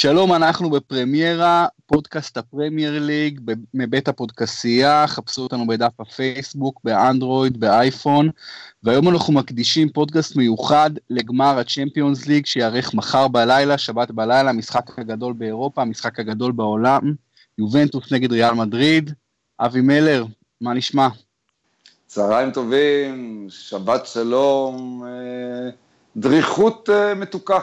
שלום, אנחנו בפרמיירה, פודקאסט הפרמייר ליג, מבית הפודקאסייה, חפשו אותנו בדף הפייסבוק, באנדרואיד, באייפון, והיום אנחנו מקדישים פודקאסט מיוחד לגמר הצ'מפיונס ליג, שיערך מחר בלילה, שבת בלילה, המשחק הגדול באירופה, המשחק הגדול בעולם, יובנטוס נגד ריאל מדריד. אבי מלר, מה נשמע? צהריים טובים, שבת שלום, דריכות מתוקה.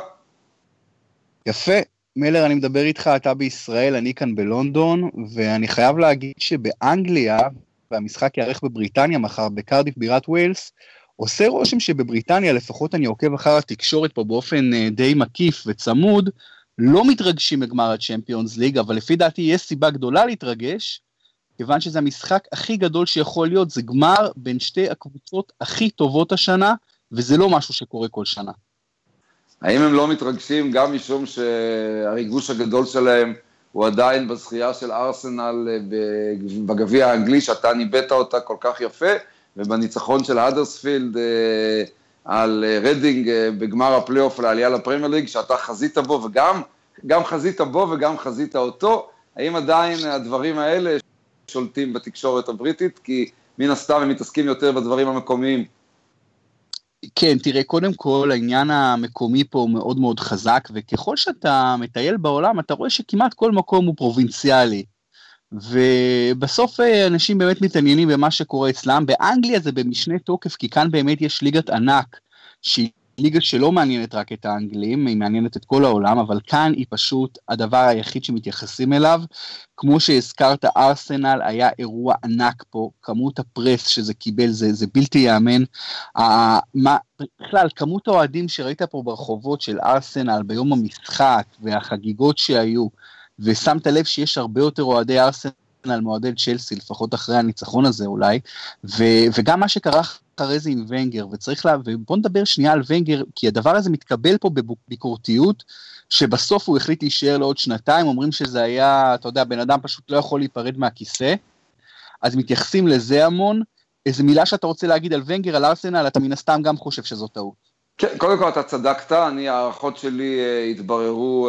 יפה. מלר, אני מדבר איתך, אתה בישראל, אני כאן בלונדון, ואני חייב להגיד שבאנגליה, והמשחק יערך בבריטניה מחר, בקרדיף בירת ווילס, עושה רושם שבבריטניה, לפחות אני עוקב אחר התקשורת פה באופן די מקיף וצמוד, לא מתרגשים מגמר הצ'מפיונס ליג, אבל לפי דעתי יש סיבה גדולה להתרגש, כיוון שזה המשחק הכי גדול שיכול להיות, זה גמר בין שתי הקבוצות הכי טובות השנה, וזה לא משהו שקורה כל שנה. האם הם לא מתרגשים גם משום שהריגוש הגדול שלהם הוא עדיין בזכייה של ארסנל בגביע האנגלי, שאתה ניבאת אותה כל כך יפה, ובניצחון של האדרספילד על רדינג בגמר הפלייאוף לעלייה לפרמייר ליג, שאתה חזית בו וגם חזית בו וגם חזית אותו. האם עדיין הדברים האלה שולטים בתקשורת הבריטית? כי מן הסתם הם מתעסקים יותר בדברים המקומיים. כן, תראה, קודם כל, העניין המקומי פה הוא מאוד מאוד חזק, וככל שאתה מטייל בעולם, אתה רואה שכמעט כל מקום הוא פרובינציאלי, ובסוף אנשים באמת מתעניינים במה שקורה אצלם. באנגליה זה במשנה תוקף, כי כאן באמת יש ליגת ענק, שהיא ליגה שלא מעניינת רק את האנגלים, היא מעניינת את כל העולם, אבל כאן היא פשוט הדבר היחיד שמתייחסים אליו. כמו שהזכרת, ארסנל היה אירוע ענק פה, כמות הפרס שזה קיבל, זה בלתי יאמן. בכלל, כמות האוהדים שראית פה ברחובות של ארסנל ביום המשחק, והחגיגות שהיו, ושמת לב שיש הרבה יותר אוהדי ארסנל מועדי צ'לסי, לפחות אחרי הניצחון הזה אולי, וגם מה שקרה אחרי זה עם ונגר, ובוא נדבר שנייה על ונגר, כי הדבר הזה מתקבל פה בביקורתיות, שבסוף הוא החליט להישאר לעוד שנתיים, אומרים שזה היה, אתה יודע, בן אדם פשוט לא יכול להיפרד מהכיסא, אז מתייחסים לזה המון. איזה מילה שאתה רוצה להגיד על ונגר, על ארסנל, אתה מן הסתם גם חושב שזו טעות. כן, קודם כל אתה צדקת, הערכות שלי התבררו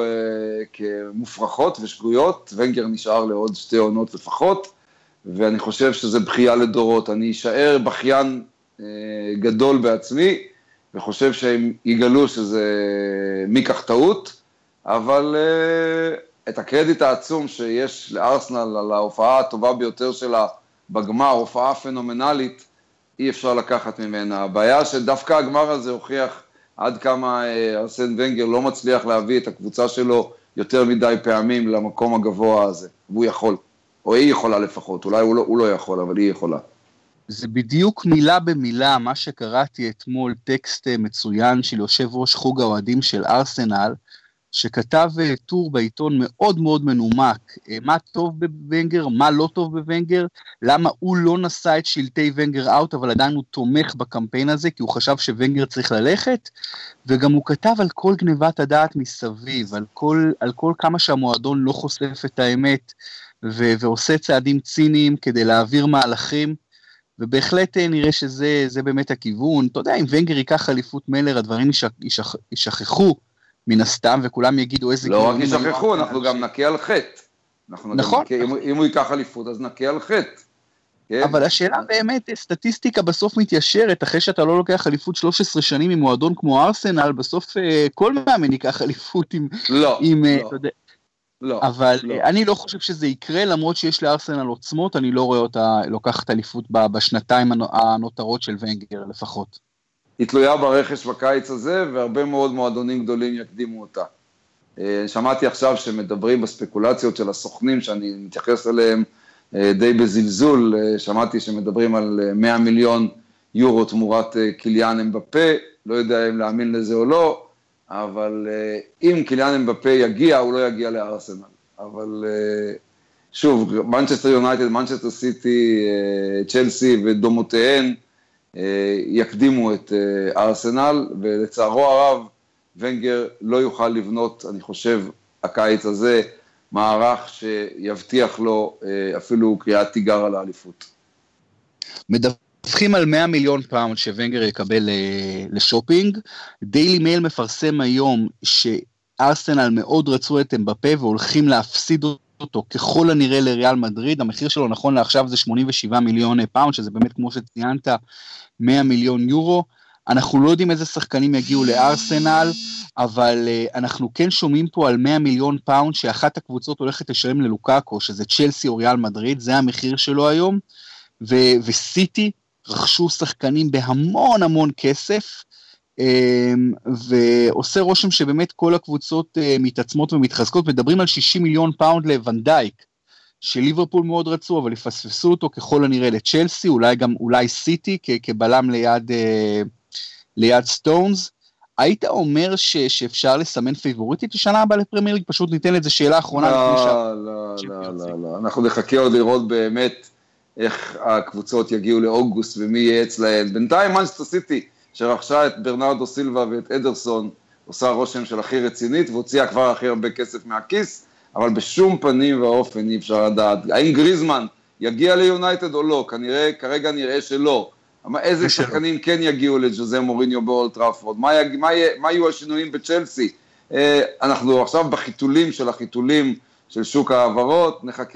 כמופרכות ושגויות, ונגר נשאר לעוד 2 עונות לפחות, ואני חושב שזה בכייה לדורות. אני אשאר בכיין גדול בעצמי, וחושב שהם יגלו שזה מיקח טעות, אבל את הקרדיט העצום שיש לארסנל על ההופעה הטובה ביותר שלה בגמר, הופעה פנומנלית, אי אפשר לקחת ממנה. הבעיה שדווקא הגמר הזה הוכיח עד כמה ארסן ונגר לא מצליח להביא את הקבוצה שלו יותר מדי פעמים למקום הגבוה הזה, והוא יכול, או היא יכולה לפחות, אולי הוא לא יכול, אבל היא יכולה. זה בדיוק מילה במילה, מה שקראתי אתמול, טקסט מצוין של יושב ראש חוג האוהדים של ארסנל, שכתב טור בעיתון מאוד מאוד מנומק, מה טוב בוונגר, מה לא טוב בוונגר, למה הוא לא נשא את שלטי ונגר אאוט, אבל עדיין הוא תומך בקמפיין הזה, כי הוא חשב שוונגר צריך ללכת, וגם הוא כתב על כל גניבת הדעת מסביב, על כל כמה שהמועדון לא חושף את האמת, ועושה צעדים ציניים כדי להעביר מהלכים, ובהחלט נראה שזה באמת הכיוון. אתה יודע, אם ונגר ייקח אליפות מלר, הדברים ישכחו, מן הסתם, וכולם יגידו איזה... לא רק ישכחו, אנחנו גם נקה על חטא. נכון. אם הוא ייקח אליפות, אז נקה על חטא. אבל השאלה באמת, סטטיסטיקה בסוף מתיישרת, אחרי שאתה לא לוקח אליפות 13 שנים עם מועדון כמו ארסנל, בסוף כל מאמן ייקח אליפות עם... לא. אבל אני לא חושב שזה יקרה, למרות שיש לארסנל עוצמות, אני לא רואה אותה לוקחת אליפות בשנתיים הנותרות של ונגר לפחות. היא תלויה ברכש בקיץ הזה, והרבה מאוד מועדונים גדולים יקדימו אותה. שמעתי עכשיו שמדברים בספקולציות של הסוכנים, שאני מתייחס אליהם די בזלזול, שמעתי שמדברים על 100 מיליון יורו תמורת קיליאן אמבפה, לא יודע אם להאמין לזה או לא, אבל אם קיליאן אמבפה יגיע, הוא לא יגיע לארסנל. אבל שוב, מנצ'סטר יונייטד, מנצ'סטר סיטי, צ'לסי ודומותיהן, יקדימו את ארסנל, ולצערו הרב, ונגר לא יוכל לבנות, אני חושב, הקיץ הזה, מערך שיבטיח לו אפילו קריאת תיגר על האליפות. מדווחים על 100 מיליון פאונד שוונגר יקבל לשופינג. דיילי מייל מפרסם היום ארסנל מאוד רצו את אמבפה, והולכים להפסיד אותו ככל הנראה לריאל מדריד, המחיר שלו נכון לעכשיו זה 87 מיליון פאונד, שזה באמת כמו שציינת, 100 מיליון יורו, אנחנו לא יודעים איזה שחקנים יגיעו לארסנל, אבל אנחנו כן שומעים פה על 100 מיליון פאונד, שאחת הקבוצות הולכת לשלם ללוקאקו, שזה צ'לסי או ריאל מדריד, זה המחיר שלו היום, וסיטי רכשו שחקנים בהמון המון כסף, ועושה רושם שבאמת כל הקבוצות מתעצמות ומתחזקות, מדברים על 60 מיליון פאונד לוונדייק, שליברפול מאוד רצו, אבל יפספסו אותו ככל הנראה לצ'לסי, אולי סיטי כבלם ליד סטונס. היית אומר שאפשר לסמן פייבוריטית לשנה הבאה לפרמייר ליג? פשוט ניתן את זה שאלה האחרונה. לא, אנחנו נחכה עוד לראות באמת איך הקבוצות יגיעו לאוגוסט ומי יהיה אצלהן. בינתיים מנצ'סטר סיטי שרכשה את ברנרדו סילבה ואת אדרסון, עושה רושם של הכי רצינית, והוציאה כבר הכי הרבה כסף מהכיס, אבל בשום פנים ואופן אי אפשר לדעת. האם גריזמן יגיע ליונייטד או לא? כרגע נראה שלא. אבל איזה שחקנים כן יגיעו לג'וזה מוריניו באולד טראפורד? מה יהיו השינויים בצ'לסי? אנחנו עכשיו בחיתולים של החיתולים של שוק העברות, נחכה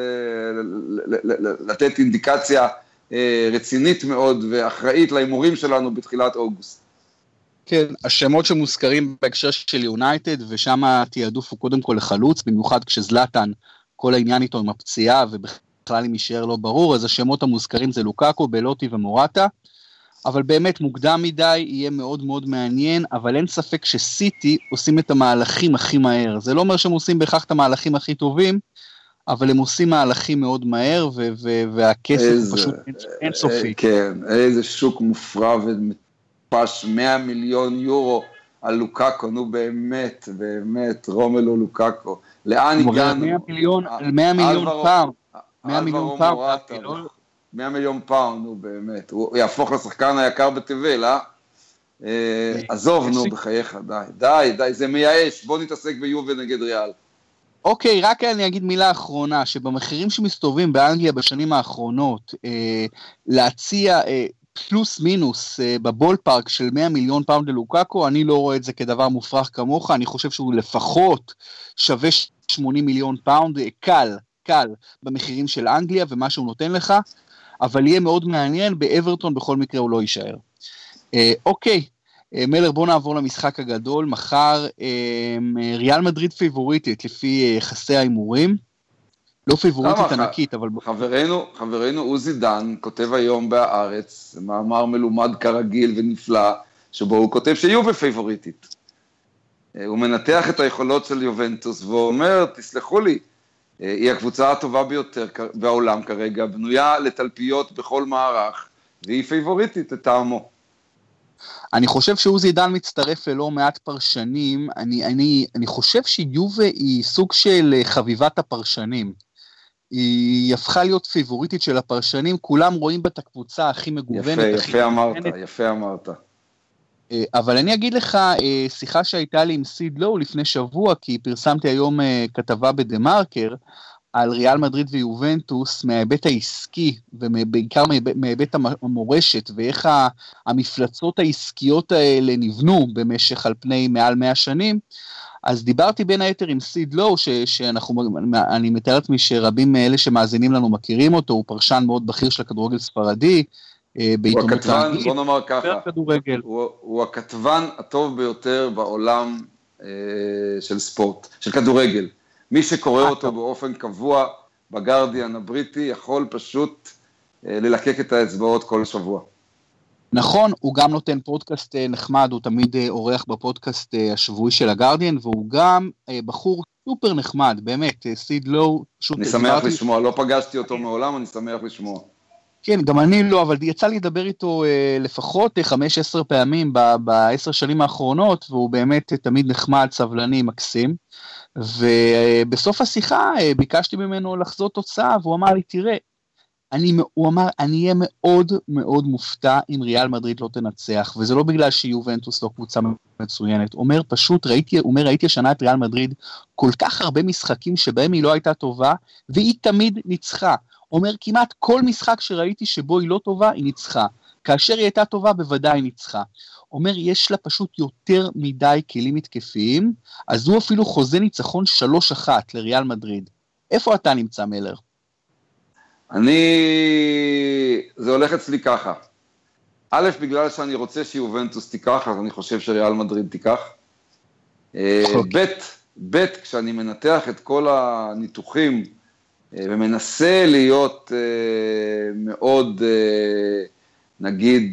לתת אינדיקציה רצינית מאוד ואחראית להימורים שלנו בתחילת אוגוסט. כן, השמות שמוזכרים בהקשר של יונייטד, ושם התיעדוף הוא קודם כל לחלוץ, במיוחד כשזלאטן, כל העניין איתו עם הפציעה, ובכלל אם יישאר לא ברור, אז השמות המוזכרים זה לוקאקו, בלוטי ומורטה, אבל באמת מוקדם מדי, יהיה מאוד מאוד מעניין, אבל אין ספק שסיטי עושים את המהלכים הכי מהר, זה לא אומר שהם עושים בהכרח את המהלכים הכי טובים, אבל הם עושים מהלכים מאוד מהר, והכסף הוא פשוט אינסופי. כן, איזה שוק מופרע ומטפש, 100 מיליון יורו על לוקאקו, נו באמת, רומלו לוקאקו. לאן הגענו? 100 מיליון פאונד. 100 מיליון פאונד. 100 מיליון פאונד, נו באמת. הוא יהפוך לשחקן היקר בתבל, עזוב, נו, בחייך, די, זה מייאש, בוא נתעסק ביובה נגד ריאל. אוקיי, רק אני אגיד מילה אחרונה, שבמחירים שמסתובבים באנגליה בשנים האחרונות, להציע פלוס מינוס בבול פארק של 100 מיליון פאונד ללוקאקו, אני לא רואה את זה כדבר מופרך כמוך, אני חושב שהוא לפחות שווה 80 מיליון פאונד, קל במחירים של אנגליה ומה שהוא נותן לך, אבל יהיה מאוד מעניין, באברטון בכל מקרה הוא לא יישאר. אוקיי, מלר, בוא נעבור למשחק הגדול, מחר ריאל מדריד פייבוריטית לפי יחסי האימורים, לא פייבוריטית ענקית, אבל... חברנו עוזי דן כותב היום בהארץ, מאמר מלומד כרגיל ונפלא, שבו הוא כותב שיובה פייבוריטית. הוא מנתח את היכולות של יובנטוס, והוא אומר, תסלחו לי, היא הקבוצה הטובה ביותר בעולם כרגע, בנויה לתלפיות בכל מערך, והיא פייבוריטית לטעמו. אני חושב שעוזי דן מצטרף ללא מעט פרשנים, אני חושב שיובה היא סוג של חביבת הפרשנים, היא הפכה להיות פיבוריטית של הפרשנים, כולם רואים בת הקבוצה הכי מגוונת. יפה אמרת. אבל אני אגיד לך, שיחה שהייתה לי עם סיד לואו לפני שבוע, כי פרסמתי היום כתבה בדמרקר, על ריאל מדריד ויובנטוס מההיבט העסקי, ובעיקר מההיבט המורשת, ואיך המפלצות העסקיות האלה נבנו במשך על פני מעל 100 שנים, אז דיברתי בין היתר עם סיד לואו, אני מתאר לעצמי שרבים מאלה שמאזינים לנו מכירים אותו, הוא פרשן מאוד בכיר של הכדורגל ספרדי, הוא הכתבן, בוא נאמר ככה, הוא הכתבן הטוב ביותר בעולם של ספורט, של כדורגל. מי שקורא אותו באופן קבוע בגרדיאן הבריטי, יכול פשוט ללקק את האצבעות כל שבוע. נכון, הוא גם נותן פודקאסט נחמד, הוא תמיד אורח בפודקאסט השבועי של הגרדיאן, והוא גם בחור סופר נחמד, באמת, סיד לואו. אני שמח לשמוע, לא פגשתי אותו מעולם, אני שמח לשמוע. כן, גם אני לא, אבל יצא לי לדבר איתו לפחות 5-10 פעמים ב10 שנים האחרונות, והוא באמת תמיד נחמד, סבלני, מקסים, ובסוף השיחה ביקשתי ממנו לחזות תוצאה, והוא אמר לי, תראה, הוא אמר, אני אהיה מאוד מאוד מופתע אם ריאל מדריד לא תנצח, וזה לא בגלל שיובנטוס לא קבוצה מצוינת, אומר פשוט, ראיתי השנה את ריאל מדריד, כל כך הרבה משחקים שבהם היא לא הייתה טובה, והיא תמיד ניצחה, אומר כמעט כל משחק שראיתי שבו היא לא טובה, היא ניצחה, כאשר היא הייתה טובה בוודאי ניצחה. אומר, יש לה פשוט יותר מדי כלים התקפיים, אז הוא אפילו חוזה ניצחון 3-1 לריאל מדריד. איפה אתה נמצא, מלר? זה הולך אצלי ככה. א', בגלל שאני רוצה שיובנטוס תיקח, אז אני חושב שריאל מדריד תיקח. ב', כשאני מנתח את כל הניתוחים, ומנסה להיות מאוד, נגיד,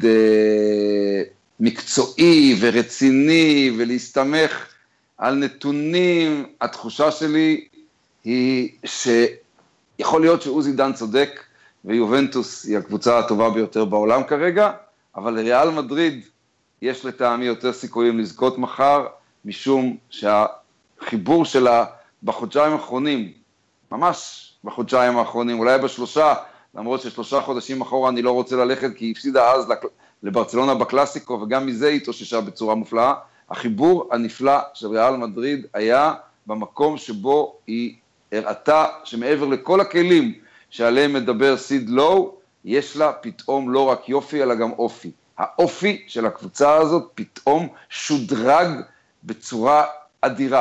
מקצועי ורציני, ולהסתמך על נתונים, התחושה שלי היא שיכול להיות שעוזי דן צודק, ויובנטוס היא הקבוצה הטובה ביותר בעולם כרגע, אבל לריאל מדריד יש לטעמי יותר סיכויים לזכות מחר, משום שהחיבור שלה בחודשיים האחרונים, ממש בחודשיים האחרונים, אולי בשלושה, למרות ששלושה חודשים אחורה אני לא רוצה ללכת, כי היא הפסידה אז לברצלונה בקלאסיקו, וגם מזה היא התאוששה בצורה מופלאה. החיבור הנפלא של ריאל מדריד היה במקום שבו היא הראתה שמעבר לכל הכלים שעליהם מדבר סיד לואו, יש לה פתאום לא רק יופי, אלא גם אופי. האופי של הקבוצה הזאת פתאום שודרג בצורה אדירה.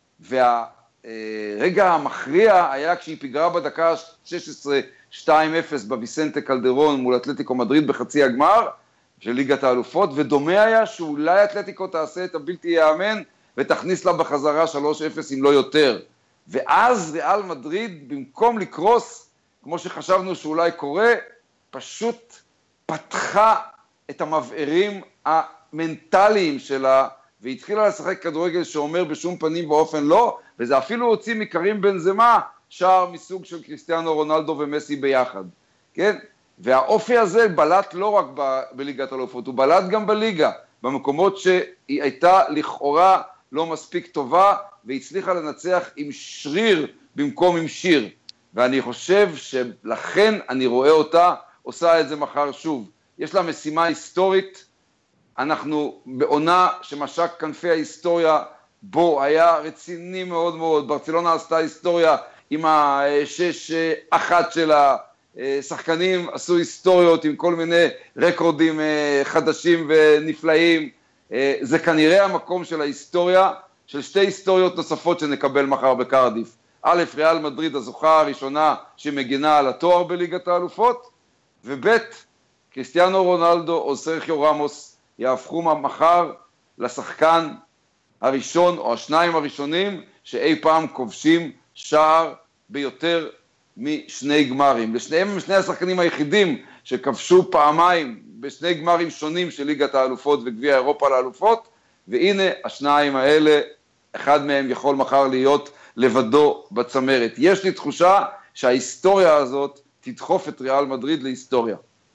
והרגע המכריע היה כשהיא פיגרה בדקה 16 2-0 בוויסנטה קלדרון מול אתלטיקו מדריד בחצי הגמר של ליגת האלופות, ודומה היה שאולי אתלטיקו תעשה את הבלתי יאמן ותכניס לה בחזרה 3-0 אם לא יותר. ואז ריאל מדריד במקום לקרוס, כמו שחשבנו שאולי קורה, פשוט פתחה את המבערים המנטליים שלה, והתחילה לשחק כדורגל שאומר בשום פנים ואופן לא, וזה אפילו הוציא מקרים בנזמה, שער מסוג של קריסטיאנו רונלדו ומסי ביחד, כן? והאופי הזה בלט לא רק בליגת האלופות, הוא בלט גם בליגה, במקומות שהיא הייתה לכאורה לא מספיק טובה, והצליחה לנצח עם שריר במקום עם שיר, ואני חושב שלכן אני רואה אותה, עושה את זה מחר שוב. יש לה משימה היסטורית, אנחנו בעונה שמשק כנפי ההיסטוריה, בו היה רציני מאוד מאוד, ברצלונה עשתה היסטוריה עם ה-6-1 שלה, שחקנים עשו היסטוריות עם כל מיני רקורדים חדשים ונפלאים, זה כנראה המקום של ההיסטוריה, של שתי היסטוריות נוספות שנקבל מחר בקרדיף. א', ריאל מדריד הזוכה הראשונה שמגינה על התואר בליגת האלופות, וב', קריסטיאנו רונלדו או סרחיו רמוס יהפכו מחר לשחקן הראשון או השניים הראשונים שאי פעם כובשים שער ביותר משני גמרים. לשניהם הם שני השחקנים היחידים שכבשו פעמיים בשני גמרים שונים של ליגת האלופות וגביע אירופה לאלופות, והנה השניים האלה, אחד מהם יכול מחר להיות לבדו בצמרת. יש לי תחושה שההיסטוריה הזאת תדחוף את ריאל מדריד להיסטוריה.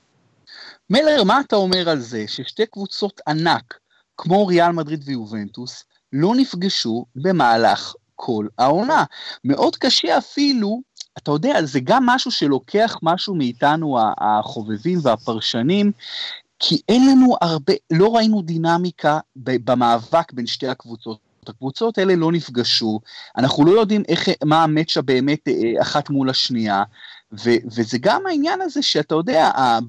מלר, מה אתה אומר על זה ששתי קבוצות ענק כמו ריאל מדריד ויובנטוס לא נפגשו במהלך כל העונה? מאוד קשה אפילו, אתה יודע, זה גם משהו שלוקח משהו מאיתנו החובבים והפרשנים, כי אין לנו הרבה, לא ראינו דינמיקה במאבק בין שתי הקבוצות. הקבוצות האלה לא נפגשו, אנחנו לא יודעים מה המאצ'ה באמת אחת מול השנייה, וזה גם העניין הזה שאתה יודע,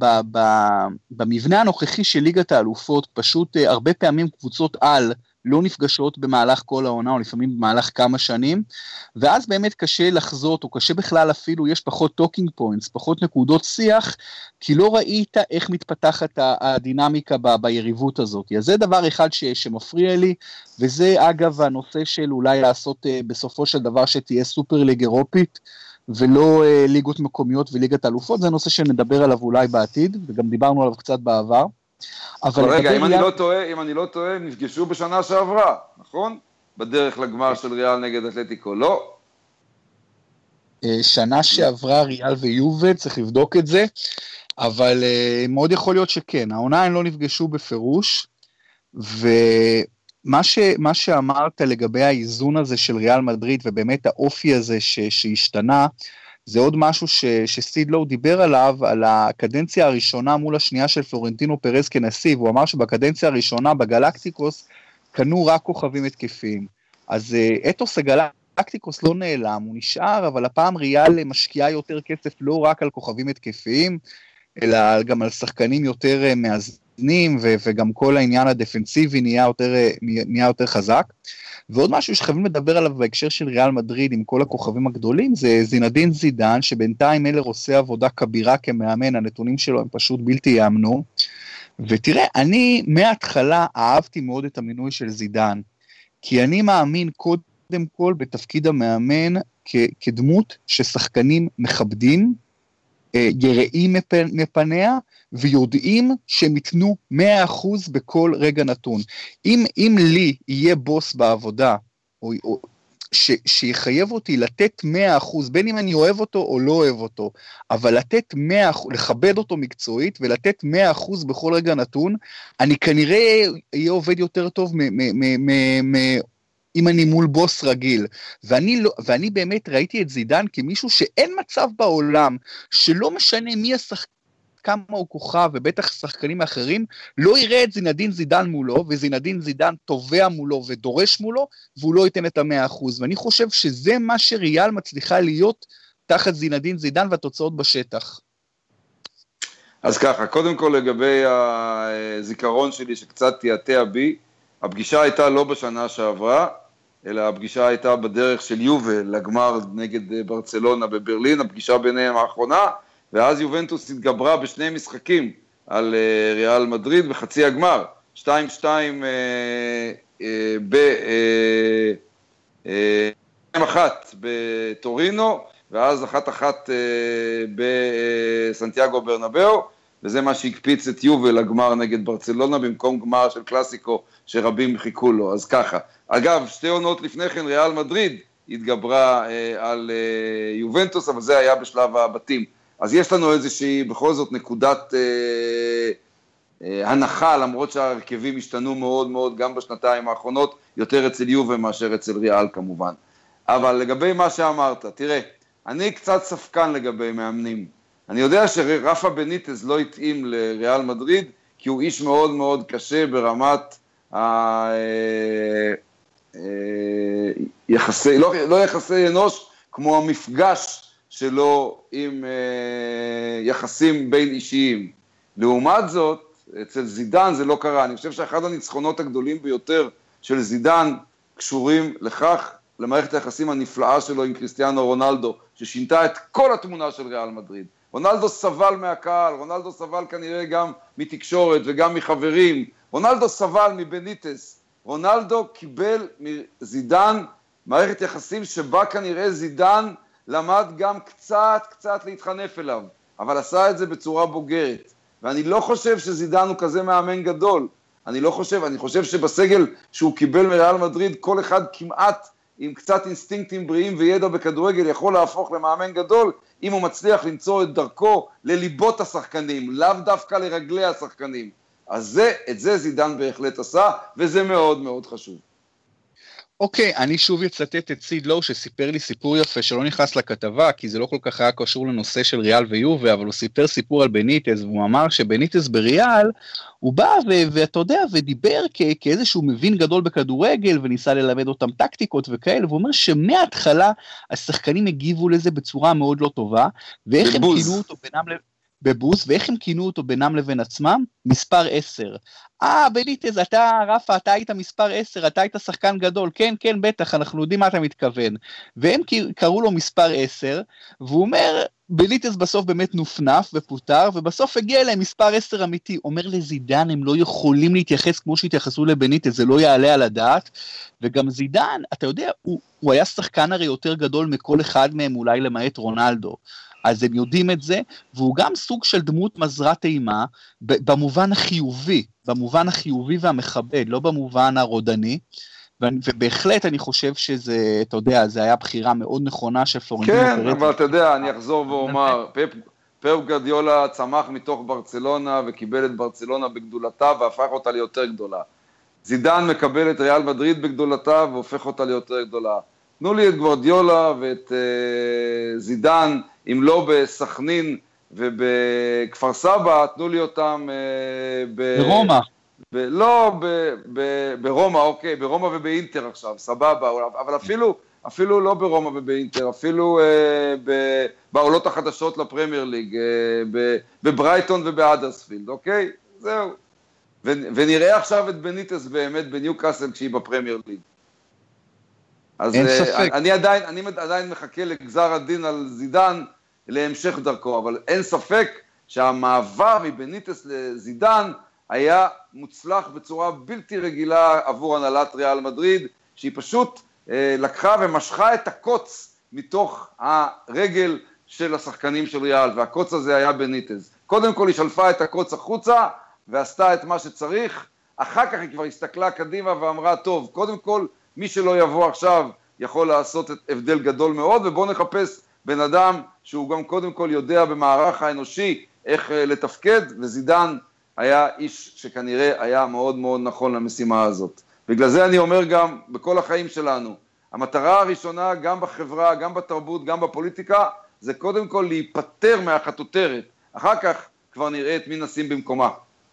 במבנה הנוכחי של ליגת האלופות, פשוט הרבה פעמים קבוצות על לא נפגשות במהלך כל העונה, או לפעמים במהלך כמה שנים, ואז באמת קשה לחזות, או קשה בכלל אפילו, יש פחות טוקינג פוינטס, פחות נקודות שיח, כי לא ראית איך מתפתחת הדינמיקה ביריבות הזאת. אז זה דבר אחד שמפריע לי, וזה אגב הנושא של אולי לעשות בסופו של דבר שתהיה סופר ליג אירופית, ולא ליגות מקומיות וליגת אלופות, זה נושא שנדבר עליו אולי בעתיד, וגם דיברנו עליו קצת בעבר. אבל רגע, אם אני לא טועה, נפגשו בשנה שעברה, נכון? בדרך לגמר של ריאל נגד אתלטיקו, לא? שנה שעברה ריאל ויובל, צריך לבדוק את זה, אבל מאוד יכול להיות שכן, העונה הם לא נפגשו בפירוש, ומה שאמרת לגבי האיזון הזה של ריאל מדריד, ובאמת האופי הזה שהשתנה, זה עוד משהו שסיד לואו דיבר עליו, על הקדנציה הראשונה מול השנייה של פלורנטינו פרז כנשיא, והוא אמר שבקדנציה הראשונה בגלקטיקוס, קנו רק כוכבים התקפיים. אז אתוס הגלקטיקוס לא נעלם, הוא נשאר, אבל הפעם ריאל משקיעה יותר כסף לא רק על כוכבים התקפיים, אלא גם על שחקנים יותר מאזנים, וגם כל העניין הדפנסיבי נהיה יותר חזק. ועוד משהו שחייבים לדבר עליו בהקשר של ריאל מדריד עם כל הכוכבים הגדולים, זה זינדין זידן, שבינתיים אלר עושה עבודה כבירה כמאמן, הנתונים שלו הם פשוט בלתי יאמנו, ותראה, אני מההתחלה אהבתי מאוד את המינוי של זידן, כי אני מאמין קודם כל בתפקיד המאמן כדמות ששחקנים מכבדים, יראים מפניה, ויודעים שהם יתנו 100% בכל רגע נתון. אם לי יהיה בוס בעבודה, שיחייב אותי לתת 100%, בין אם אני אוהב אותו או לא אוהב אותו, אבל לתת 100%, לכבד אותו מקצועית, ולתת 100% בכל רגע נתון, אני כנראה אהיה עובד יותר טוב אם אני מול בוס רגיל, ואני באמת ראיתי את זידן כמישהו שאין מצב בעולם, שלא משנה מי השחקן, כמה הוא כוכב, ובטח שחקנים אחרים, לא יראה את זינדין זידן מולו, וזינדין זידן תובע מולו ודורש מולו, והוא לא ייתן את 100%. ואני חושב שזה מה שריאל מצליחה להיות תחת זינדין זידן והתוצאות בשטח. אז ככה, קודם כל לגבי הזיכרון שלי שקצת תיאטע בי, הפגישה הייתה לא בשנה שעברה, אלא הפגישה הייתה בדרך של יובל לגמר נגד ברצלונה בברלין, הפגישה ביניהם האחרונה, ואז יובנטוס התגברה בשני משחקים על ריאל מדריד בחצי הגמר, 2-2 ב-1 בטורינו, ואז 1-1 בסנטיאגו ברנבאו, וזה מה שהקפיץ את יובל לגמר נגד ברצלונה, במקום גמר של קלאסיקו שרבים חיכו לו. אז ככה, אגב, שתי עונות לפני כן ריאל מדריד התגברה על יובנטוס, אבל זה היה בשלב הבתים. אז יש לנו איזושהי, בכל זאת, נקודת הנחה, למרות שהרכבים השתנו מאוד מאוד גם בשנתיים האחרונות, יותר אצל יובל מאשר אצל ריאל כמובן. אבל לגבי מה שאמרת, תראה, אני קצת ספקן לגבי מאמנים. אני יודע שרפה בניטז לא התאים לריאל מדריד, כי הוא איש מאוד מאוד קשה ברמת יחסי, לא יחסי אנוש, כמו המפגש שלו עם יחסים בין אישיים. לעומת זאת, אצל זידן זה לא קרה. אני חושב שאחד הניצחונות הגדולים ביותר של זידן קשורים לכך, למערכת היחסים הנפלאה שלו עם קריסטיאנו רונלדו, ששינתה את כל התמונה של ריאל מדריד. רונלדו סבל מהקהל, רונלדו סבל כנראה גם מתקשורת וגם מחברים, רונלדו סבל מבניטס, רונלדו קיבל מזידן מערכת יחסים שבה כנראה זידן למד גם קצת להתחנף אליו, אבל עשה את זה בצורה בוגרת, ואני לא חושב שזידן הוא כזה מאמן גדול, אני חושב שבסגל שהוא קיבל מריאל מדריד, כל אחד כמעט עם קצת אינסטינקטים בריאים וידע בכדורגל יכול להפוך למאמן גדול, אם הוא מצליח למצוא את דרכו לליבות השחקנים, לאו דווקא לרגלי השחקנים. אז את זה זידן בהחלט עשה, וזה מאוד מאוד חשוב. אוקיי, אני שוב אצטט את סיד לואו שסיפר לי סיפור יפה שלא נכנס לכתבה, כי זה לא כל כך היה קשור לנושא של ריאל ויובה, אבל הוא סיפר סיפור על בניטז, והוא אמר שבניטז בריאל, הוא בא ואתה יודע, ודיבר כאיזשהו מבין גדול בכדורגל, וניסה ללמד אותם טקטיקות וכאלה, והוא אומר שמההתחלה השחקנים הגיבו לזה בצורה מאוד לא טובה, ואיך הם כינו אותו בבוז, ואיך הם כינו אותו בינם לבין עצמם? מספר 10. בניטז, רפה, אתה היית מספר 10, אתה היית שחקן גדול, כן, בטח, אנחנו יודעים מה אתה מתכוון. והם קראו לו מספר 10, והוא אומר, בניטז בסוף באמת נופנף ופוטר, ובסוף הגיע אליהם מספר 10 אמיתי. אומר לזידן, הם לא יכולים להתייחס כמו שהתייחסו לבניטז, זה לא יעלה על הדעת. וגם זידן, אתה יודע, הוא היה שחקן הרי יותר גדול מכל אחד מהם, אולי למעט רונלדו. אז הם יודעים את זה, והוא גם סוג של דמות מזרת אימה, במובן החיובי והמכבד, לא במובן הרודני, ובהחלט אני חושב שזה, אתה יודע, זה היה בחירה מאוד נכונה של פלורנטינו פרז. כן, אבל אתה יודע, אני אחזור ואומר, פפ גרדיולה צמח מתוך ברצלונה, וקיבל את ברצלונה בגדולתה, והפך אותה ליותר גדולה. זידן מקבל את ריאל מדריד בגדולתה, והופך אותה ליותר גדולה. תנו לי את גוורדיולה ואת זידן, אם לא בסכנין ובכפר סבא, תנו לי אותם ברומא. לא, ברומא, אוקיי, ברומא ובאינטר עכשיו, סבבה, אבל אפילו לא ברומא ובאינטר, אפילו בעולות החדשות לפרמייר ליג, בברייטון ובהדרספילד, אוקיי? זהו. ונראה עכשיו את בניטס באמת בניוקאסל כשהיא בפרמייר ליג. אז אני עדיין מחכה לגזר הדין על זידן להמשך דרכו, אבל אין ספק שהמעבר מבניטס לזידן היה מוצלח בצורה בלתי רגילה עבור הנהלת ריאל מדריד, שהיא פשוט לקחה ומשכה את הקוץ מתוך הרגל של השחקנים של ריאל, והקוץ הזה היה בניטס. קודם כל היא שלפה את הקוץ החוצה ועשתה את מה שצריך, אחר כך היא כבר הסתכלה קדימה ואמרה, טוב, קודם כל מי שלא יבוא עכשיו יכול לעשות את הבדל גדול מאוד, ובואו נחפש בן אדם שהוא גם קודם כל יודע במערך האנושי איך לתפקד, וזידן היה איש שכנראה היה מאוד מאוד נכון למשימה הזאת. בגלל זה אני אומר גם בכל החיים שלנו, המטרה הראשונה גם בחברה, גם בתרבות, גם בפוליטיקה, זה קודם כל להיפטר מהחטוטרת, אחר כך כבר נראה את מי נשים במקומה.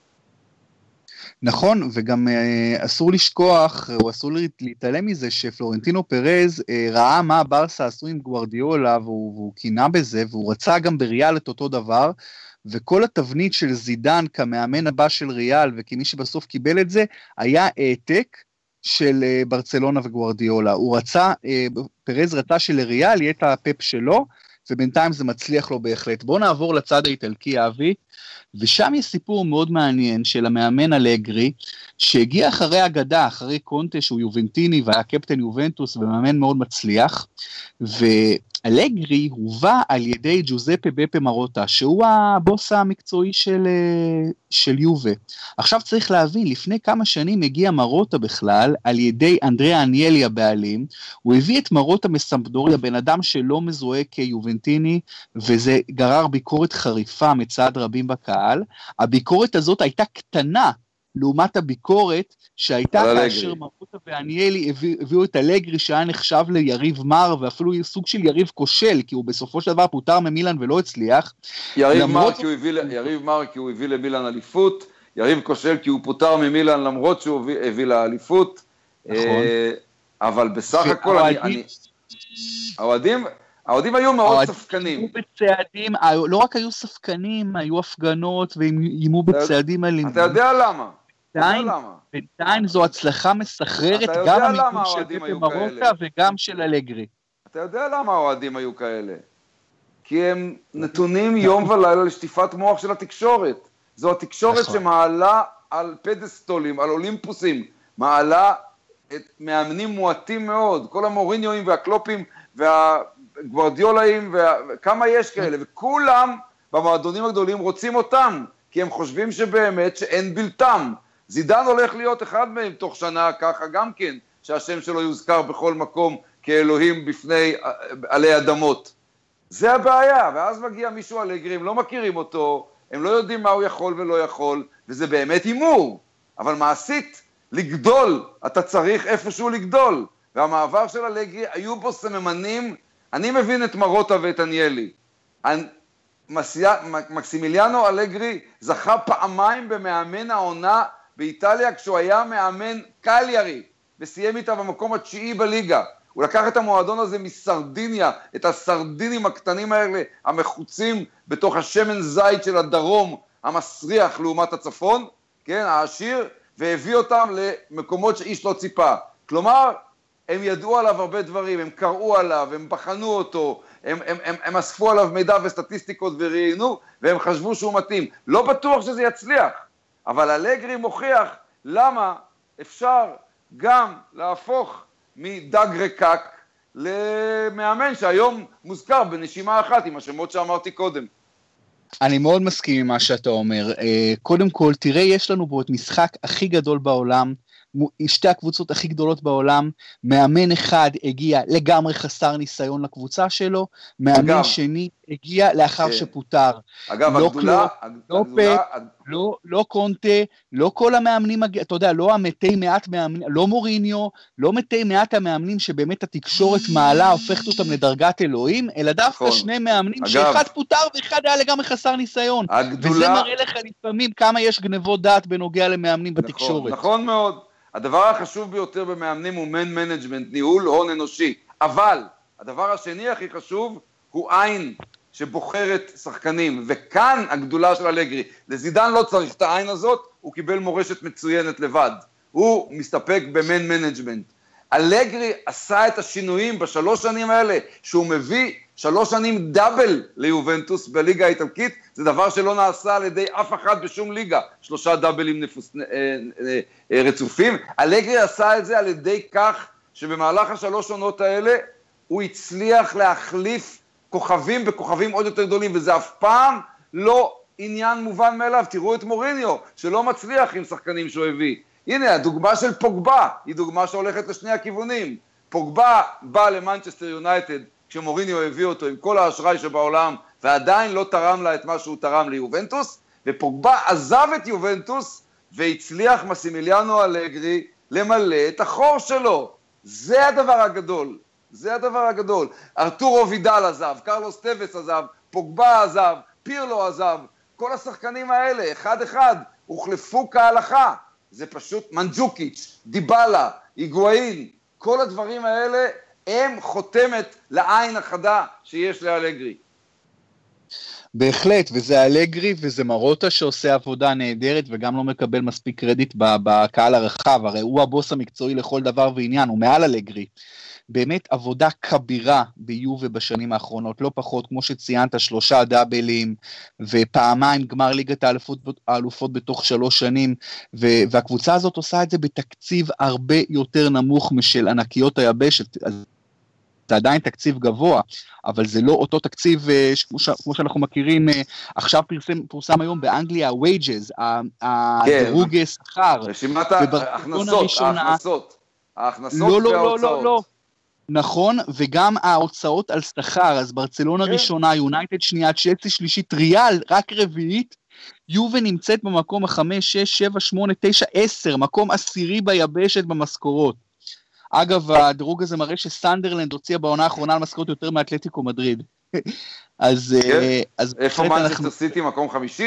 נכון, וגם אסור לשכוח, או אסור להתעלם מזה, שפלורנטינו פרז ראה מה ברסה עשו עם גוארדיולה, והוא קינה בזה, והוא רצה גם בריאל את אותו דבר, וכל התבנית של זידן כמאמן הבא של ריאל, וכמי שבסוף קיבל את זה, היה העתק של ברצלונה וגוארדיולה. הוא רצה, פרז רצה שלריאל יהיה את הפפ שלו, ובינתיים זה מצליח לו בהחלט. בואו נעבור לצד האיטלקי, אבי, ושם יש סיפור מאוד מעניין של המאמן אלגרי, שהגיע אחרי אגדה, אחרי קונטה שהוא יובנטיני, והיה קפטן יובנטוס, ומאמן מאוד מצליח, ואלגרי הובא על ידי ג'וזפה בפה מרוטה, שהוא הבוס המקצועי של יובה. עכשיו צריך להבין, לפני כמה שנים הגיע מרוטה בכלל, על ידי אנדריה אניאלי הבעלים, הוא הביא את מרוטה מסמפדוריה, בן אדם שלא מזוהה כיובנטיני, וזה גרר ביקורת חריפה מצד רבים בקהל. הביקורת הזאת הייתה קטנה, לעומת הביקורת שהייתה כאשר מרוטה ואניאלי הביאו את אלגרי שהיה נחשב ליריב מר, ואפילו סוג של יריב כושל, כי הוא בסופו של דבר פוטר ממילן ולא הצליח. יריב מר כי הוא הביא למילן אליפות, יריב כושל כי הוא פוטר ממילן למרות שהוא הביא לאליפות. נכון. אבל בסך הכל האוהדים היו מאוד ספקנים. בצעדים, לא רק היו ספקנים, היו הפגנות ואיימו בצעדים אלימים. אתה יודע למה? בינתיים זו הצלחה מסחררת גם המיקום של פפה מרוטה וגם של אלגרי. אתה יודע למה האוהדים היו כאלה? כי הם נתונים יום ולילה לשטיפת מוח של התקשורת. זו התקשורת שמעלה על פדסטולים, על אולימפוסים, מעלה את מאמנים מועטים מאוד, כל המוריניואים והקלופים והגוורדיולאים, וכמה יש כאלה, וכולם במועדונים הגדולים רוצים אותם, כי הם חושבים שבאמת שאין בלתם. זידן הולך להיות אחד מהם תוך שנה ככה גם כן, שהשם שלו יוזכר בכל מקום כאלוהים בפני עלי אדמות. זה הבעיה, ואז מגיע מישהו אלגרי, הם לא מכירים אותו, הם לא יודעים מה הוא יכול ולא יכול, וזה באמת הימור, אבל מעשית, לגדול, אתה צריך איפשהו לגדול, והמעבר של אלגרי, היו בו סממנים, אני מבין את מרוטה ואת אניאלי, מקסימיליאנו אלגרי זכה פעמיים במאמן העונה באיטליה, כשהוא היה מאמן קליארי, וסיים איתה במקום התשיעי בליגה, הוא לקח את המועדון הזה מסרדיניה, את הסרדינים הקטנים האלה, המחוצים בתוך השמן זית של הדרום, המסריח לעומת הצפון, כן, העשיר, והביא אותם למקומות שאיש לא ציפה. כלומר, הם ידעו עליו הרבה דברים, הם קראו עליו, הם בחנו אותו, הם אספו עליו מידע וסטטיסטיקות וראיינו, והם חשבו שהוא מתאים. לא בטוח שזה יצליח, אבל אלגרי מוכיח למה אפשר גם להפוך מדג רקק למאמן שהיום מוזכר בנשימה אחת עם השמות שאמרתי קודם. אני מאוד מסכים עם מה שאתה אומר. קודם כל, תראה, יש לנו פה את משחק הכי גדול בעולם, שתי הקבוצות הכי גדולות בעולם, מאמן אחד הגיע לגמרי חסר ניסיון לקבוצה שלו, מאמן שני הגיע לאחר שפוטר. אגב, לא קונטה, לא כל המאמנים, אתה יודע, לא המתי מעט מאמנים, לא מוריניו, לא מתי מעט המאמנים שבאמת התקשורת מעלה, הופכת אותם לדרגת אלוהים, אלא דווקא שני מאמנים שאחד פוטר ואחד היה לגמרי חסר ניסיון. וזה מראה לך לפעמים כמה יש גנבות דעת בנוגע למאמנים בתקשורת. נכון מאוד. הדבר החשוב ביותר במאמנים הוא man management, ניהול הון אנושי, אבל הדבר השני הכי חשוב הוא עין שבוחרת שחקנים, וכאן הגדולה של אלגרי. לזידן לא צריך את העין הזאת, הוא קיבל מורשת מצוינת לבד, הוא מסתפק במן מנג'מנט. אלגרי עשה את השינויים בשלוש שנים האלה, שהוא מביא 3 שנים דאבל ליובנטוס בליגה האיטלקית, זה דבר שלא נעשה על ידי אף אחד בשום ליגה, 3 דאבלים רצופים. אלגרי עשה את זה על ידי כך שבמהלך 3 עונות האלה, הוא הצליח להחליף כוכבים בכוכבים עוד יותר גדולים, וזה אף פעם לא עניין מובן מאליו. תראו את מוריניו, שלא מצליח עם שחקנים שהוא הביא. הנה, הדוגמה של פוגבה, היא דוגמה שהולכת לשני הכיוונים. פוגבה בא למנצ'סטר יונייטד, כשמוריניו הביא אותו עם כל האשראי שבעולם, ועדיין לא תרם לה את מה שהוא תרם ליובנטוס, ופוגבה עזב את יובנטוס, והצליח מסימיליאנו אלגרי למלא את החור שלו. זה הדבר הגדול. זה הדבר הגדול. ארתורו וידל עזב, קרלוס טווס עזב, פוגבה עזב, פירלו עזב, כל השחקנים האלה, אחד אחד, הוחלפו כהלכה. זה פשוט מנג'וקיץ', דיבלה, היגואין, כל הדברים האלה הם חותמת לעין החדה שיש לאלגרי. בהחלט, וזה אלגרי וזה מרוטה שעושה עבודה נהדרת וגם לא מקבל מספיק קרדיט בקהל הרחב, הרי הוא הבוס המקצועי לכל דבר ועניין, הוא מעל אלגרי. באמת עבודה כבירה ביובה בשנים האחרונות, לא פחות, כמו שציינת, 3 דאבלים, ופעמיים גמר ליגת האלופות בתוך 3 שנים, והקבוצה הזאת עושה את זה בתקציב הרבה יותר נמוך משל ענקיות היבשת, זה עדיין תקציב גבוה, אבל זה לא אותו תקציב כמו שאנחנו מכירים, עכשיו פורסם היום באנגליה, ה-wages, הדירוג שכר, רשימת ההכנסות וההוצאות. לא. נכון, וגם ההוצאות על שכר, אז ברצלונה ראשונה, יונייטד שנייה, צ'לסי שלישית, ריאל רק רביעית, יובה נמצאת במקום 5, 6, 7, 8, 9, 10, מקום 10 ביבשת במשכורות. אגב, הדירוג הזה מראה שסנדרלנד הוציאה בעונה האחרונה על משכורות יותר מאתלטיקו מדריד. אז איפה מנצ'סטר סיטי, מקום 5?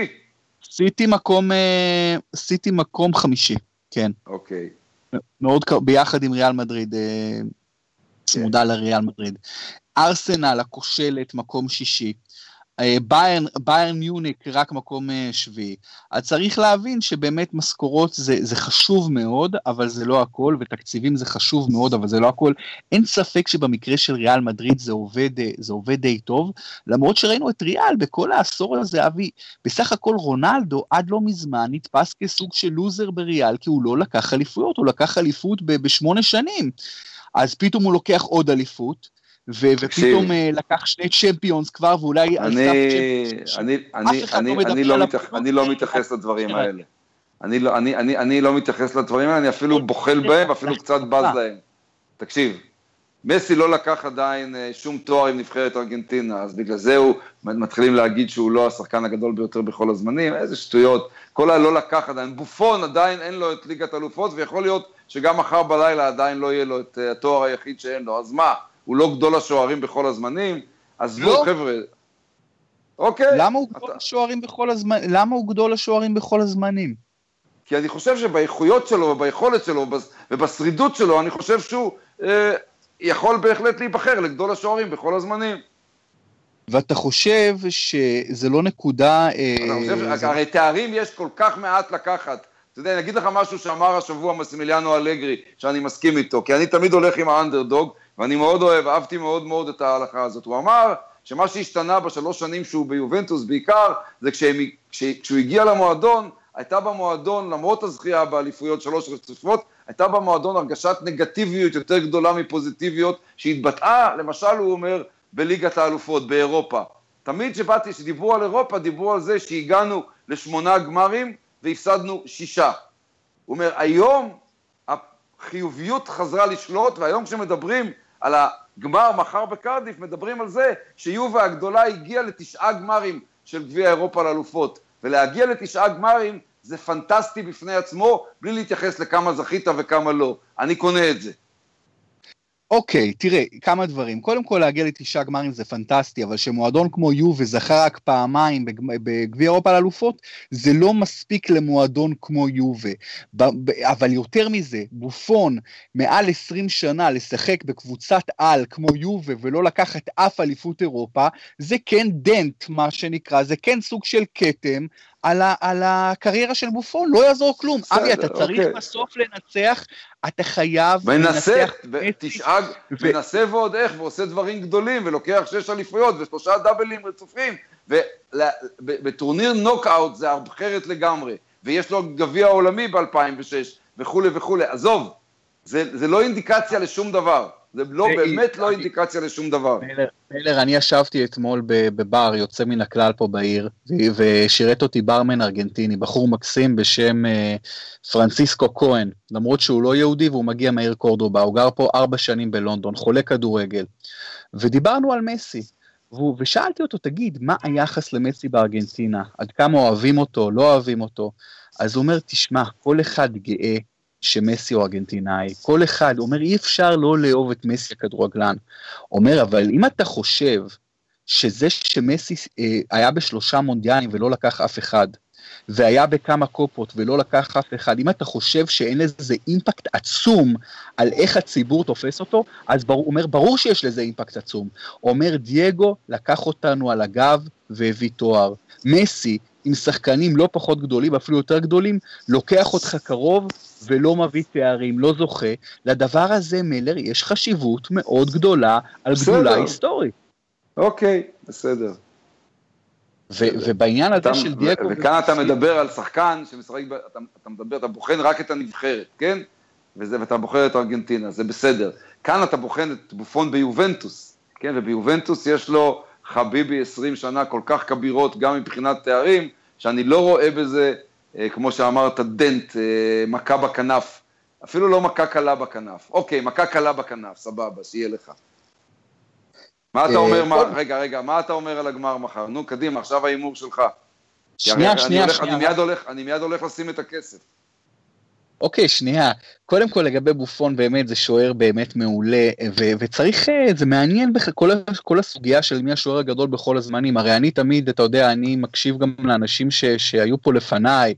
סיטי מקום 5, כן. אוקיי. מאוד ביחד עם ריאל מדריד, צמודה לריאל מדריד. ארסנל הכושלת מקום 6, ביירן מיוניק רק מקום 7. אז צריך להבין שבאמת משכורות זה חשוב מאוד, אבל זה לא הכל, ותקציבים זה חשוב מאוד, אבל זה לא הכל. אין ספק שבמקרה של ריאל מדריד זה עובד די טוב, למרות שראינו את ריאל בכל העשור הזה, אבי, בסך הכל רונלדו עד לא מזמן נתפס כסוג של לוזר בריאל, כי הוא לא לקח אליפויות, הוא לקח אליפות ב8 שנים, אז פתאום הוא לוקח עוד אליפות, ופתאום לקח 2 צ'מפיונס כבר, ואולי אני לא מתייחס לדברים האלה. אני לא מתייחס לדברים האלה, אני אפילו בוחל בהם, אפילו קצת בז להם. תקשיב, מסי לא לקח עדיין שום תואר עם נבחרת ארגנטינה, אז בגלל זה הוא מתחילים להגיד שהוא לא השחקן הגדול ביותר בכל הזמנים, איזה שטויות, כל לא לקח עדיין, בופון עדיין אין לו את ליגת אלופות, ויכול להיות שגם מחר בלילה עדיין לא יהיה לו את התואר היחיד שאין לו, אז מה? הוא לא גדול השוערים בכל הזמנים, אז לא, חבר'ה. אוקיי. למה הוא גדול השוערים בכל הזמנים? למה הוא גדול השוערים בכל הזמנים? כי אני חושב שבאיכויות שלו, וביכולת שלו, ובשרידות שלו, אני חושב שהוא יכול בהחלט להיבחר לגדול השוערים בכל הזמנים. ואתה חושב שזה לא נקודה... הרי תארים יש כל כך מעט לקחת. אתה יודע, אני אגיד לך משהו שאמר השבוע מסימיליאנו אלגרי, שאני מסכים איתו, כי אני תמיד הולך עם האנדרדוג, ואני מאוד אוהב, אהבתי מאוד מאוד את ההלכה הזאת. הוא אמר שמה שהשתנה ב3 שנים שהוא ביובנטוס בעיקר, זה כשהוא הגיע למועדון, הייתה במועדון, למרות הזכייה באליפויות 3 רצופות, הייתה במועדון הרגשת נגטיביות יותר גדולה מפוזיטיביות, שהתבטאה, למשל הוא אומר, בליגת האלופות, באירופה. תמיד שדיברו על אירופה, דיברו על זה שהגענו ל8 גמרים, והפסדנו 6. הוא אומר, היום החיוביות חזרה לשלוט, והיום כשמדברים על הגמר מחר בקרדיף, מדברים על זה שיובה הגדולה הגיעה ל9 גמרים של גביע אירופה לאלופות, ולהגיע ל9 גמרים זה פנטסטי בפני עצמו, בלי להתייחס לכמה זכית וכמה לא. אני קונה את זה. אוקיי, תראה, כמה דברים. קודם כל, להגיע לתשעה גמרים זה פנטסטי, אבל שמועדון כמו יובה זכה רק פעמיים בגביע אירופה לאלופות, זה לא מספיק למועדון כמו יובה. אבל יותר מזה, בופון, מעל 20 שנה לשחק בקבוצת על כמו יובה, ולא לקחת אף אליפות אירופה, זה כן דנט, מה שנקרא, זה כן סוג של כתם, על הקריירה של בופון, לא יעזור כלום. אבי, אתה צריך בסוף לנצח, אתה חייב לנצח, מנסה ועוד איך, ועושה דברים גדולים, ולוקח 6 אליפויות, ו3 דאבלים רצופים, ובטורניר נוקאוט זה אחרת לגמרי, ויש לו גביע עולמי ב-2006, וכו' וכו'. עזוב, זה לא אינדיקציה לשום דבר. זה לא, באמת לא אינדיקציה לשום דבר. מיילר, אני ישבתי אתמול בבר, יוצא מן הכלל פה בעיר, ושירת אותי ברמן ארגנטיני, בחור מקסים בשם פרנסיסקו כהן, למרות שהוא לא יהודי והוא מגיע מהעיר קורדובה, הוא גר פה 4 שנים בלונדון, חולה כדורגל, ודיברנו על מסי, ושאלתי אותו, תגיד, מה היחס למסי בארגנטינה? עד כמה אוהבים אותו, לא אוהבים אותו? אז הוא אומר, תשמע, כל אחד גאה, שמסי הוא ארגנטינאי, כל אחד אומר אי אפשר לא לאהוב את מסי הכדורגלן, אומר אבל אם אתה חושב שזה שמסי היה ב3 מונדיאלים ולא לקח אף אחד, והיה בכמה קופות ולא לקח אף אחד, אם אתה חושב שאין לזה אימפקט עצום על איך הציבור תופס אותו, אז הוא אומר ברור שיש לזה אימפקט עצום, הוא אומר דייגו לקח אותנו על הגב והביא תואר, מסי עם שחקנים לא פחות גדולים, אפילו יותר גדולים, לוקח אותך קרוב ולא מביא תארים, לא זוכה. לדבר הזה, מילר, יש חשיבות מאוד גדולה על גדולה היסטורית. אוקיי, בסדר. ובעניין הזה של דייגו... וכאן אתה מדבר על שחקן שמשחק, אתה בוחן רק את הנבחרת, כן? ואתה בוחן את ארגנטינה, זה בסדר. כאן אתה בוחן את בופון ביובנטוס, כן? וביובנטוס יש לו חביבי 20 שנה כל כך כבירות, גם מבחינת תארים, שאני לא רואה בזה, כמו שאמרת, דנט, מכה בכנף, אפילו לא מכה קלה בכנף. אוקיי, מכה קלה בכנף, סבבה, שיהיה לך. מה אתה אומר, רגע, מה אתה אומר על הגמר מחר? נו, קדימה, עכשיו האימור שלך. שנייה. אני מיד הולך לשים את הכסף. אוקיי, שנייה. קודם כל לגבי בופון באמת זה שוער באמת מעולה, וצריך, זה מעניין כל הסוגיה של מי השוער הגדול בכל הזמנים. הרי אני תמיד, אתה יודע, אני מקשיב גם לאנשים שהיו פה לפניי,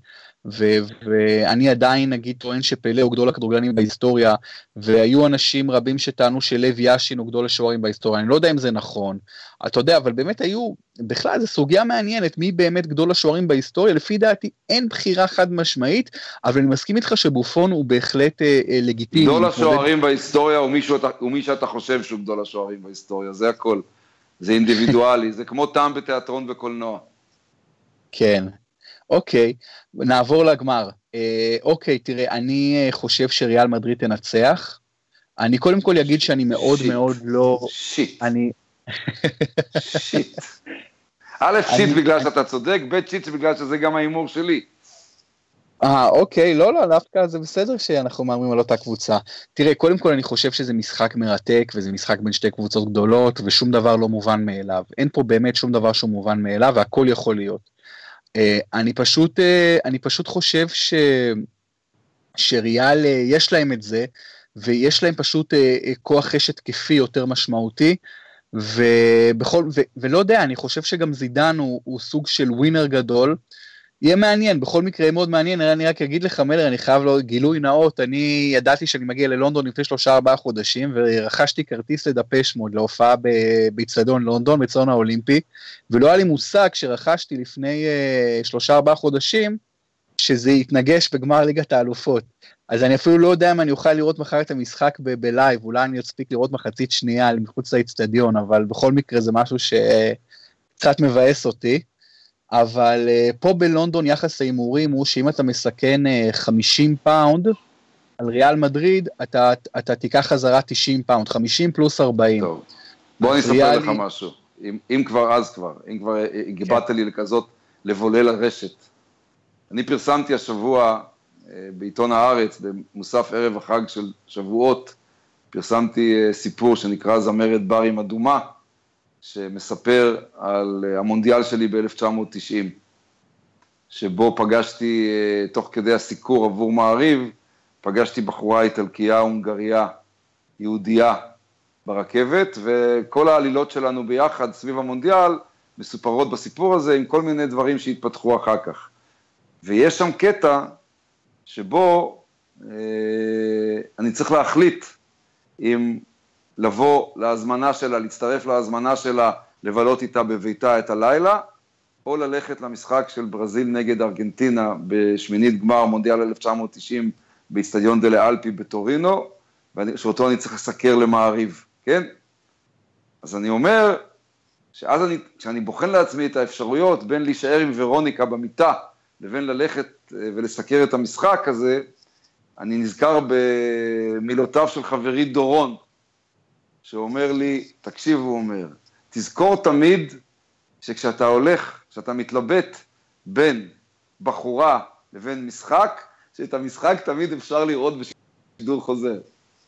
ואני עדיין נגיד טוען שפלא הוא גדול הכדורגלנים בהיסטוריה, והיו אנשים רבים שטענו שלב יאשין הוא גדול השוערים בהיסטוריה, אני לא יודע אם זה נכון, אתה יודע, אבל באמת היו, בכלל זו סוגיה מעניינת, מי באמת גדול השוערים בהיסטוריה, לפי דעתי אין בחירה חד משמעית, אבל אני מסכים איתך שבופון הוא בהחלט לגיטימי. גדול השוערים בהיסטוריה הוא מי שאתה חושב שהוא גדול השוערים בהיסטוריה, זה הכל, זה אינדיבידואלי, זה כמו טעם בתיאטרון וקולנוע. כן. אוקיי, נעבור לגמר. אוקיי, תראה, אני חושב שריאל מדריד תנצח. אני קודם כל אגיד שאני מאוד מאוד לא... שיט. שיט בגלל שאתה צודק, שיט בגלל שזה גם האימור שלי. אוקיי, לא, דווקא זה בסדר שאנחנו מאמרים על אותה קבוצה. תראה, קודם כל אני חושב שזה משחק מרתק, וזה משחק בין שתי קבוצות גדולות, ושום דבר לא מובן מאליו. אין פה באמת שום דבר שהוא מובן מאליו, והכל יכול להיות. אני פשוט חושב שריאל יש להם את זה, ויש להם פשוט כוח חשת כפי יותר משמעותי, ולא יודע, אני חושב שגם זידן הוא סוג של ווינר גדול, יהיה מעניין, בכל מקרה יהיה מאוד מעניין, אני רק אגיד לך מלר, אני חייב לו גילוי נאות, אני ידעתי שאני מגיע ללונדון לפני 3-4 חודשים, ורכשתי כרטיס לדפש מוד, להופעה באצטדיון לונדון, בצאן האולימפי, ולא היה לי מושג שרכשתי לפני 3-4 חודשים, שזה יתנגש בגמר ליגת האלופות, אז אני אפילו לא יודע אם אני אוכל לראות מחר את המשחק בלייב, אולי אני אספיק לראות מחצית שנייה מחוץ לאצטדיון, אבל בכל מקרה זה משהו שקצת מבאס אותי, אבל פה בלונדון יחס האימורים הוא שאם אתה מסכן 50 פאונד על ריאל מדריד, אתה תיקח חזרה 90 פאונד, 50 פלוס 40. טוב, בוא אני אספר לך משהו, אם כבר הגבעת לי לכזאת לבולל הרשת. אני פרסמתי השבוע בעיתון הארץ, במוסף ערב החג של שבועות, פרסמתי סיפור שנקרא זמרת בר עם אדומה, שמספר על המונדיאל שלי ב-1990, שבו פגשתי, תוך כדי הסיקור עבור מעריב, פגשתי בחורה איטלקיה, הונגריה, יהודייה, ברכבת, וכל העלילות שלנו ביחד סביב המונדיאל, מסופרות בסיפור הזה, עם כל מיני דברים שהתפתחו אחר כך. ויש שם קטע שבו אני צריך להחליט אם לבוא להזמנה שלה, להצטרף להזמנה שלה, לבלות איתה בביתה את הלילה, או ללכת למשחק של ברזיל נגד ארגנטינה בשמינית גמר מונדיאל 1990 באצטדיון דלה אלפי בטורינו, שאותו אני צריך לסקר למעריב, כן? אז אני אומר, כשאני בוחן לעצמי את האפשרויות בין להישאר עם ורוניקה במיטה, לבין ללכת ולסקר את המשחק הזה, אני נזכר במילותיו של חברי דורון, שאומר לי, תקשיב, הוא אומר, תזכור תמיד שכשאתה הולך, כשאתה מתלבט בין בחורה לבין משחק, שאת המשחק תמיד אפשר לראות בשידור חוזר.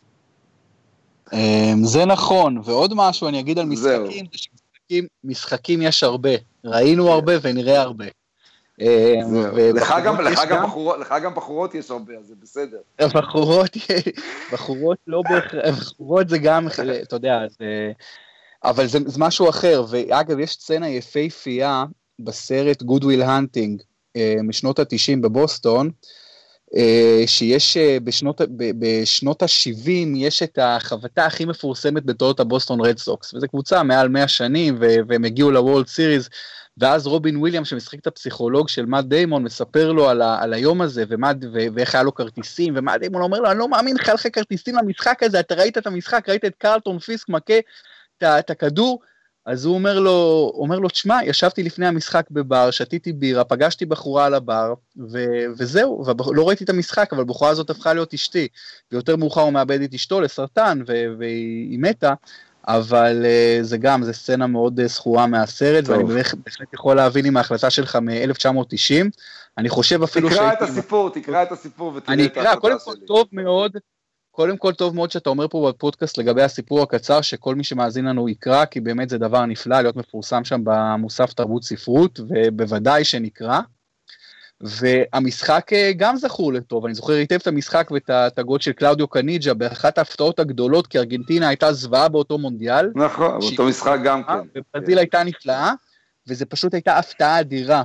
זה נכון, ועוד משהו אני אגיד על משחקים, משחקים יש הרבה, ראינו הרבה ונראה הרבה. לך גם בחורות יש הרבה, אז זה בסדר. בחורות לא בהכרח, בחורות זה גם, אתה יודע, אבל זה משהו אחר, ואגב יש סצנה יפהפייה בסרט Good Will Hunting משנות ה-90 בבוסטון, שיש בשנות ה-70 יש את החבטה הכי מפורסמת בתולדות הבוסטון רד סוקס, וזו קבוצה מעל 100 שנים, והם הגיעו לוורלד סיריז, ואז רובין וויליאם שמשחק את הפסיכולוג של מאט דיימון, מספר לו על היום הזה, ואיך היה לו כרטיסים, ומאט דיימון אומר לו, אני לא מאמין, לך כרטיסים למשחק הזה, אתה ראית את המשחק, ראית את קרלטון פיסק מכה את הכדור, אז הוא אומר לו, תשמע, ישבתי לפני המשחק בבר, שתיתי בירה, פגשתי בחורה על הבר, וזהו, לא ראיתי את המשחק, אבל בחורה הזאת הפכה להיות אשתי, ויותר מאוחר הוא מאבד את אשתו לסרטן, והיא מתה, אבל זה סצנה מאוד זכורה מהסרט, ואני בהחלט יכול להבין עם ההחלטה שלך מ-1990, אני חושב אפילו תקרא את הסיפור ותראה את ההחלטה שלי. קודם כל טוב מאוד שאתה אומר פה בפודקאסט לגבי הסיפור הקצר, שכל מי שמאזין לנו יקרא, כי באמת זה דבר נפלא להיות מפורסם שם במוסף תרבות ספרות, ובוודאי שנקרא. והמשחק גם זכור לטוב, אני זוכר היטב את המשחק ואת התגות של קלאודיו קניג'ה, באחת ההפתעות הגדולות, כי ארגנטינה הייתה זוועה באותו מונדיאל. נכון, באותו משחק גם כן. וברזיל הייתה נפלאה, וזה פשוט הייתה הפתעה אדירה.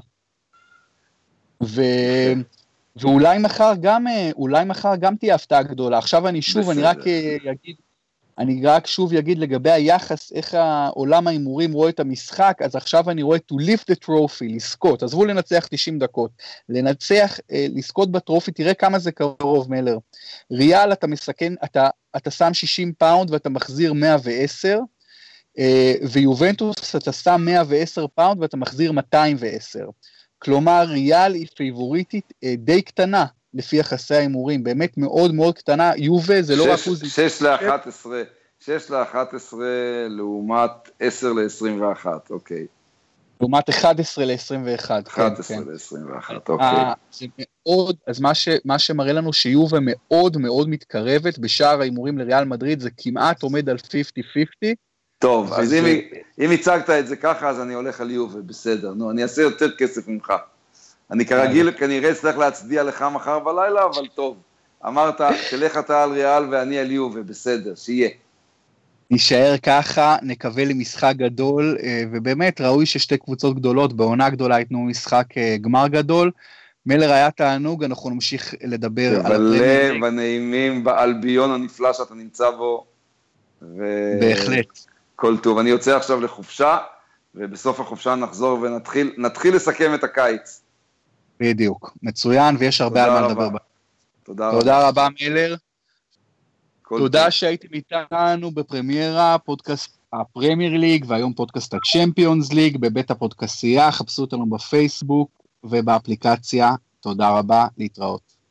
ואולי מחר גם תהיה הפתעה גדולה. עכשיו אני רק שוב אגיד לגבי היחס, איך העולם האימורים רואה את המשחק, אז עכשיו אני רואה to lift the trophy, לזכות, עזבו לנצח 90 דקות, לזכות בטרופי, תראה כמה זה קרוב מלר. ריאל אתה מסכן, אתה שם 60 פאונד ואתה מחזיר 110, ויובנטוס אתה שם 110 פאונד ואתה מחזיר 210. כלומר, ריאל היא פייבוריטית די קטנה, לפי יחסי האימורים, באמת מאוד מאוד קטנה, יובה זה לא רק... 6 ל-11 לעומת 10 ל-21, אוקיי. לעומת 11 ל-21. 11 ל-21, אוקיי. זה מאוד, אז מה שמראה לנו שיובה מאוד מאוד מתקרבת, בשער האימורים לריאל מדריד, זה כמעט עומד על 50-50, טוב, אז אם הצגת את זה ככה, אז אני הולך על יובה, בסדר, נו, אני אעשה יותר כסף ממך. אני כרגיל, כנראה צריך להצדיע לך מחר בלילה, אבל טוב, אמרת, תלך אתה על ריאל ואני על יובה, בסדר, שיהיה. נשאר ככה, נקווה למשחק גדול, ובאמת ראוי ששתי קבוצות גדולות, בעונה גדולה ייתנו משחק גמר גדול, מלר היה תענוג, אנחנו נמשיך לדבר על הפרמייר ליג. בנעימים, באלביון הנפלא שאתה נמצא בו, בהחלט. כל טוב, אני יוצא עכשיו לחופשה, ובסוף החופשה נחזור ונתחיל לסכם את הקיץ. בדיוק, מצוין, ויש הרבה על מה לדבר. תודה רבה מלר. תודה שהייתם איתנו בפרמיירה, פודקאסט הפרמייר ליג, והיום פודקאסט הצ'מפיונס ליג, בבית הפודקאסייה, חפשו אותנו בפייסבוק ובאפליקציה. תודה רבה, להתראות.